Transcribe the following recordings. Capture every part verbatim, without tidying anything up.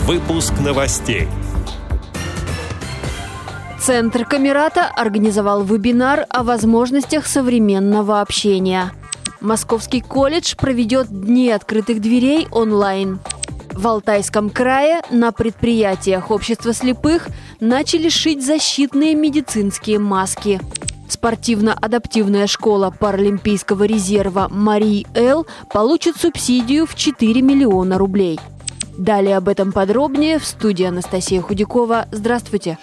Выпуск новостей. Центр Камерата организовал вебинар о возможностях современного общения. Московский колледж проведет Дни открытых дверей онлайн. В Алтайском крае на предприятиях общества слепых начали шить защитные медицинские маски. Спортивно-адаптивная школа Паралимпийского резерва «Марий Эл» получит субсидию в четыре миллиона рублей. Далее об этом подробнее в студии Анастасия Худякова. Здравствуйте!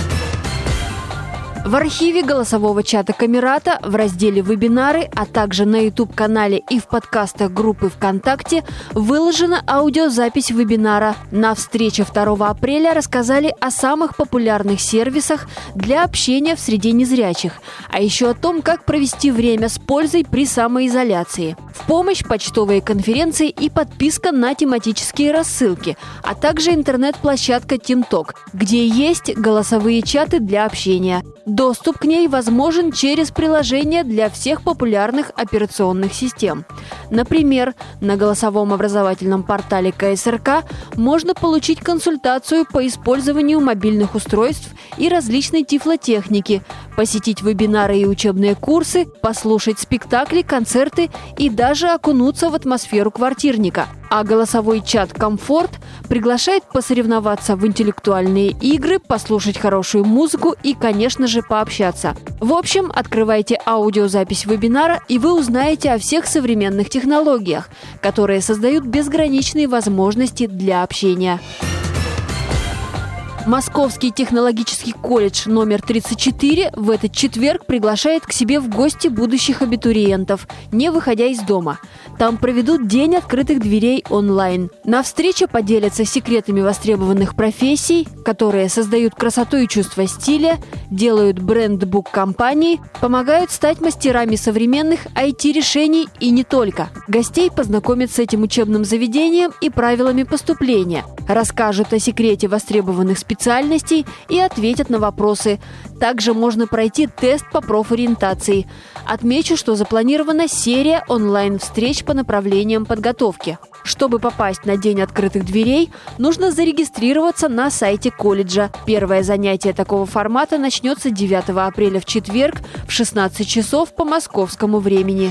В архиве голосового чата Камерата в разделе «Вебинары», а также на YouTube-канале и в подкастах группы ВКонтакте выложена аудиозапись вебинара. На встрече второго апреля рассказали о самых популярных сервисах для общения в среде незрячих, а еще о том, как провести время с пользой при самоизоляции. В помощь почтовые конференции и подписка на тематические рассылки, а также интернет-площадка TeamTalk, где есть голосовые чаты для общения. Доступ к ней возможен через приложение для всех популярных операционных систем. Например, на голосовом образовательном портале ка эс эр ка можно получить консультацию по использованию мобильных устройств и различной тифлотехники, посетить вебинары и учебные курсы, послушать спектакли, концерты и даже окунуться в атмосферу квартирника. А голосовой чат «Комфорт» приглашает посоревноваться в интеллектуальные игры, послушать хорошую музыку и, конечно же, пообщаться. В общем, открывайте аудиозапись вебинара, и вы узнаете о всех современных технологиях, которые создают безграничные возможности для общения. Московский технологический колледж номер тридцать четыре в этот четверг приглашает к себе в гости будущих абитуриентов, не выходя из дома. Там проведут День открытых дверей онлайн. На встрече поделятся секретами востребованных профессий, которые создают красоту и чувство стиля, делают брендбук компаний, помогают стать мастерами современных ай ти-решений и не только. Гостей познакомят с этим учебным заведением и правилами поступления, расскажут о секрете востребованных специальностей и ответят на вопросы. Также можно пройти тест по профориентации. Отмечу, что запланирована серия онлайн-встреч по направлениям подготовки. Чтобы попасть на День открытых дверей, нужно зарегистрироваться на сайте колледжа. Первое занятие такого формата начнется девятого апреля в четверг в шестнадцать часов по московскому времени.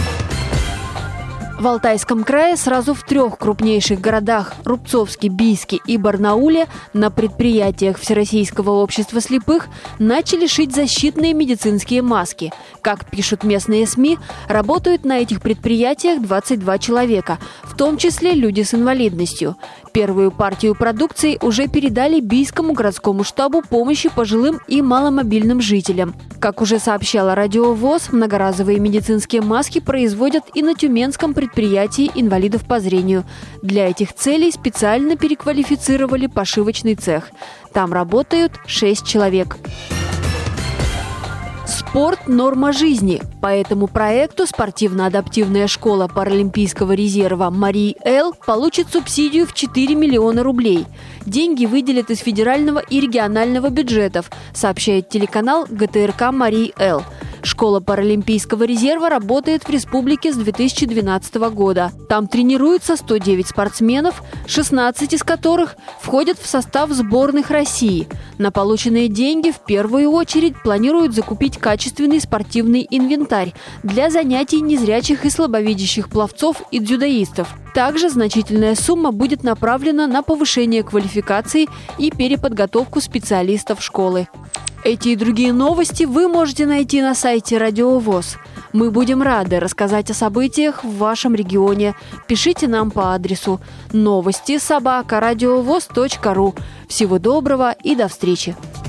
В Алтайском крае сразу в трех крупнейших городах – Рубцовске, Бийске и Барнауле – на предприятиях Всероссийского общества слепых начали шить защитные медицинские маски. Как пишут местные СМИ, работают на этих предприятиях двадцать два человека, в том числе люди с инвалидностью. Первую партию продукции уже передали Бийскому городскому штабу помощи пожилым и маломобильным жителям. Как уже сообщала Радио ВОС, многоразовые медицинские маски производят и на Тюменском предприятии инвалидов по зрению. Для этих целей специально переквалифицировали пошивочный цех. Там работают шесть человек. Спорт – норма жизни. По этому проекту спортивно-адаптивная школа Паралимпийского резерва «Марий Эл» получит субсидию в четыре миллиона рублей. Деньги выделят из федерального и регионального бюджетов, сообщает телеканал гэ тэ эр ка «Марий Эл». Школа Паралимпийского резерва работает в республике с две тысячи двенадцатого года. Там тренируются сто девять спортсменов, шестнадцать из которых входят в состав сборных России. На полученные деньги в первую очередь планируют закупить качественный спортивный инвентарь для занятий незрячих и слабовидящих пловцов и дзюдоистов. Также значительная сумма будет направлена на повышение квалификации и переподготовку специалистов школы. Эти и другие новости вы можете найти на сайте Радио ВОС. Мы будем рады рассказать о событиях в вашем регионе. Пишите нам по адресу новости собака радиовос точка ру. Всего доброго и до встречи!